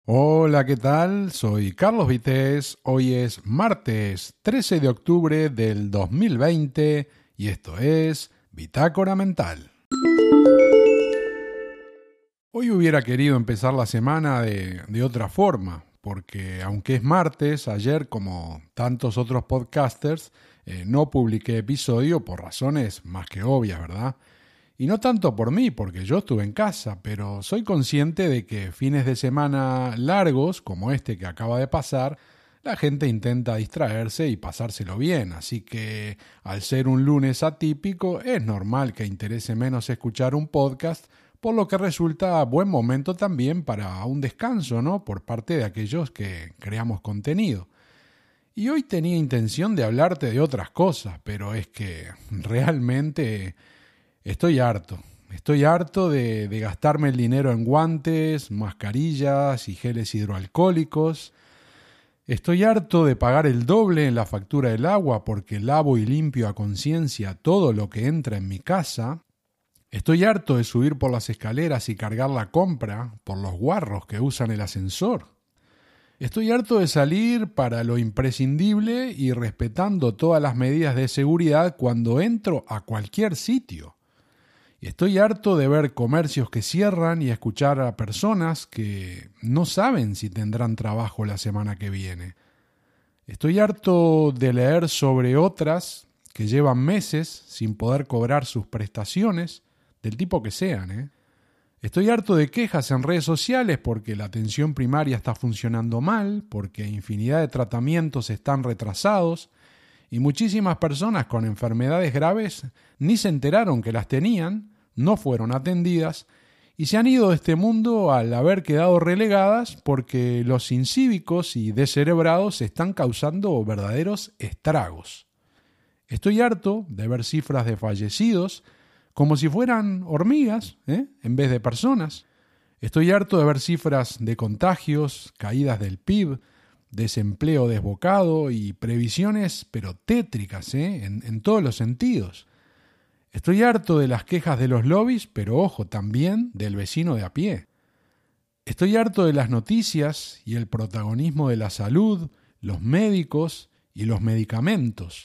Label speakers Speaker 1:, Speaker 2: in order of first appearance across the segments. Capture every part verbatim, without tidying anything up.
Speaker 1: Hola, ¿qué tal? Soy Carlos Vitéz. Hoy es martes trece de octubre del dos mil veinte y esto es Bitácora Mental. Hoy hubiera querido empezar la semana de, de otra forma, porque aunque es martes, ayer, como tantos otros podcasters, eh, no publiqué episodio por razones más que obvias, ¿verdad? Y no tanto por mí, porque yo estuve en casa, pero soy consciente de que fines de semana largos, como este que acaba de pasar, la gente intenta distraerse y pasárselo bien, así que al ser un lunes atípico es normal que interese menos escuchar un podcast, por lo que resulta buen momento también para un descanso, ¿no? Por parte de aquellos que creamos contenido. Y hoy tenía intención de hablarte de otras cosas, pero es que realmente estoy harto. Estoy harto de, de gastarme el dinero en guantes, mascarillas y geles hidroalcohólicos. Estoy harto de pagar el doble en la factura del agua porque lavo y limpio a conciencia todo lo que entra en mi casa. Estoy harto de subir por las escaleras y cargar la compra por los guarros que usan el ascensor. Estoy harto de salir para lo imprescindible y respetando todas las medidas de seguridad cuando entro a cualquier sitio. Y estoy harto de ver comercios que cierran y escuchar a personas que no saben si tendrán trabajo la semana que viene. Estoy harto de leer sobre otras que llevan meses sin poder cobrar sus prestaciones, del tipo que sean, ¿eh? Estoy harto de quejas en redes sociales porque la atención primaria está funcionando mal, porque infinidad de tratamientos están retrasados y muchísimas personas con enfermedades graves ni se enteraron que las tenían, no fueron atendidas y se han ido de este mundo al haber quedado relegadas porque los incívicos y descerebrados están causando verdaderos estragos. Estoy harto de ver cifras de fallecidos como si fueran hormigas, ¿eh? en vez de personas. Estoy harto de ver cifras de contagios, caídas del P I B, desempleo desbocado y previsiones pero tétricas ¿eh? en, en todos los sentidos. Estoy harto de las quejas de los lobbies, pero ojo, también del vecino de a pie. Estoy harto de las noticias y el protagonismo de la salud, los médicos y los medicamentos.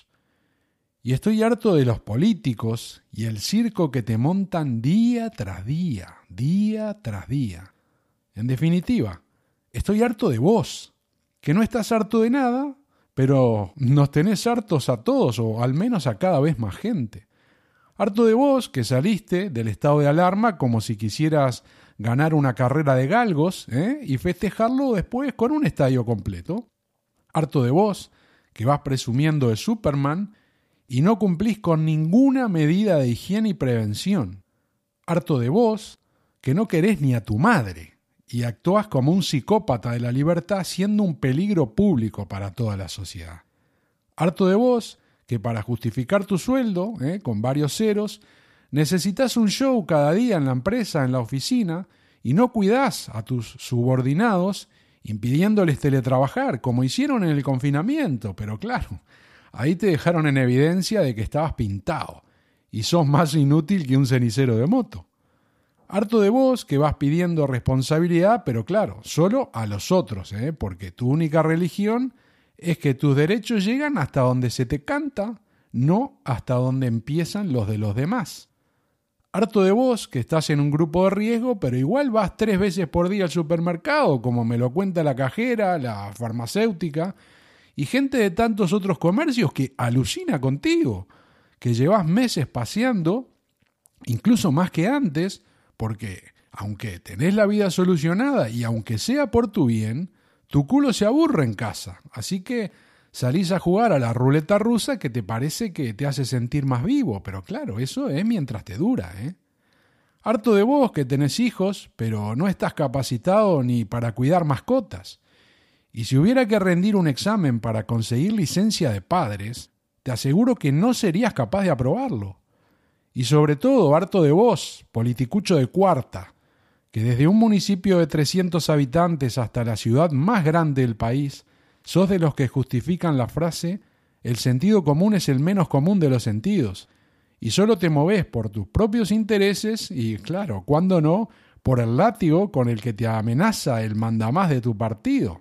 Speaker 1: Y estoy harto de los políticos y el circo que te montan día tras día, día tras día. En definitiva, estoy harto de vos, que no estás harto de nada, pero nos tenés hartos a todos, o al menos a cada vez más gente. Harto de vos, que saliste del estado de alarma como si quisieras ganar una carrera de galgos, ¿eh? y festejarlo después con un estadio completo. Harto de vos, que vas presumiendo de Superman y no cumplís con ninguna medida de higiene y prevención. Harto de vos, que no querés ni a tu madre y actuás como un psicópata de la libertad siendo un peligro público para toda la sociedad. Harto de vos, que para justificar tu sueldo, eh, con varios ceros, necesitas un show cada día en la empresa, en la oficina, y no cuidás a tus subordinados impidiéndoles teletrabajar, como hicieron en el confinamiento, pero claro, ahí te dejaron en evidencia de que estabas pintado y sos más inútil que un cenicero de moto. Harto de vos que vas pidiendo responsabilidad, pero claro, solo a los otros, ¿eh? porque tu única religión es que tus derechos llegan hasta donde se te canta, no hasta donde empiezan los de los demás. Harto de vos que estás en un grupo de riesgo, pero igual vas tres veces por día al supermercado, como me lo cuenta la cajera, la farmacéutica, y gente de tantos otros comercios que alucina contigo, que llevas meses paseando, incluso más que antes, porque aunque tenés la vida solucionada y aunque sea por tu bien, tu culo se aburre en casa, así que salís a jugar a la ruleta rusa que te parece que te hace sentir más vivo, pero claro, eso es mientras te dura, ¿eh? Harto de vos que tenés hijos, pero no estás capacitado ni para cuidar mascotas. Y si hubiera que rendir un examen para conseguir licencia de padres, te aseguro que no serías capaz de aprobarlo. Y sobre todo, harto de vos, politicucho de cuarta, que desde un municipio de trescientos habitantes hasta la ciudad más grande del país, sos de los que justifican la frase «el sentido común es el menos común de los sentidos», y solo te movés por tus propios intereses y, claro, cuando no, por el látigo con el que te amenaza el mandamás de tu partido.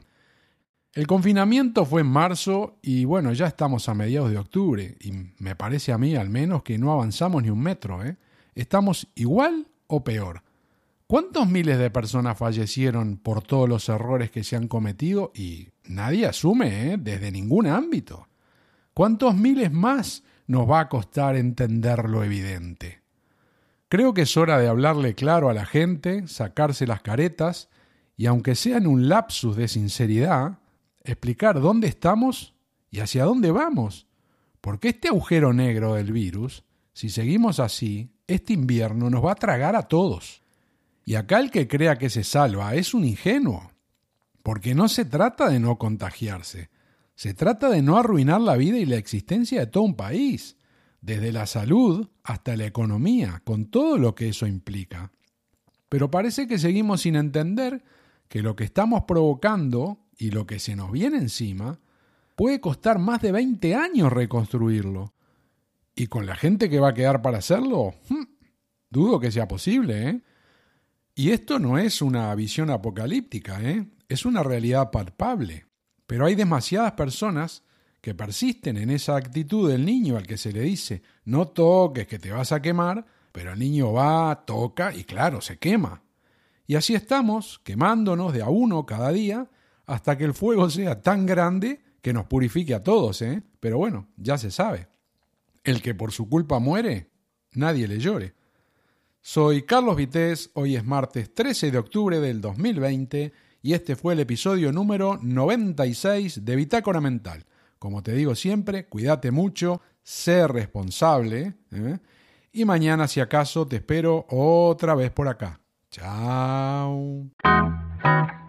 Speaker 1: El confinamiento fue en marzo y bueno, ya estamos a mediados de octubre y me parece a mí al menos que no avanzamos ni un metro, ¿eh? ¿Estamos igual o peor? ¿Cuántos miles de personas fallecieron por todos los errores que se han cometido? Y nadie asume, ¿eh? Desde ningún ámbito. ¿Cuántos miles más nos va a costar entender lo evidente? Creo que es hora de hablarle claro a la gente, sacarse las caretas y, aunque sea en un lapsus de sinceridad, explicar dónde estamos y hacia dónde vamos. Porque este agujero negro del virus, si seguimos así, este invierno nos va a tragar a todos. Y acá el que crea que se salva es un ingenuo. Porque no se trata de no contagiarse. Se trata de no arruinar la vida y la existencia de todo un país. Desde la salud hasta la economía, con todo lo que eso implica. Pero parece que seguimos sin entender que lo que estamos provocando y lo que se nos viene encima puede costar más de veinte años reconstruirlo. Y con la gente que va a quedar para hacerlo, hm, dudo que sea posible, ¿eh? Y esto no es una visión apocalíptica, ¿eh? Es una realidad palpable. Pero hay demasiadas personas que persisten en esa actitud del niño al que se le dice no toques que te vas a quemar, pero el niño va, toca y claro, se quema. Y así estamos, quemándonos de a uno cada día hasta que el fuego sea tan grande que nos purifique a todos, ¿eh? Pero bueno, ya se sabe. El que por su culpa muere, nadie le llore. Soy Carlos Vitéz, hoy es martes trece de octubre del dos mil veinte y este fue el episodio número noventa y seis de Bitácora Mental. Como te digo siempre, cuídate mucho, sé responsable, ¿eh? Y mañana, si acaso, te espero otra vez por acá. Chao.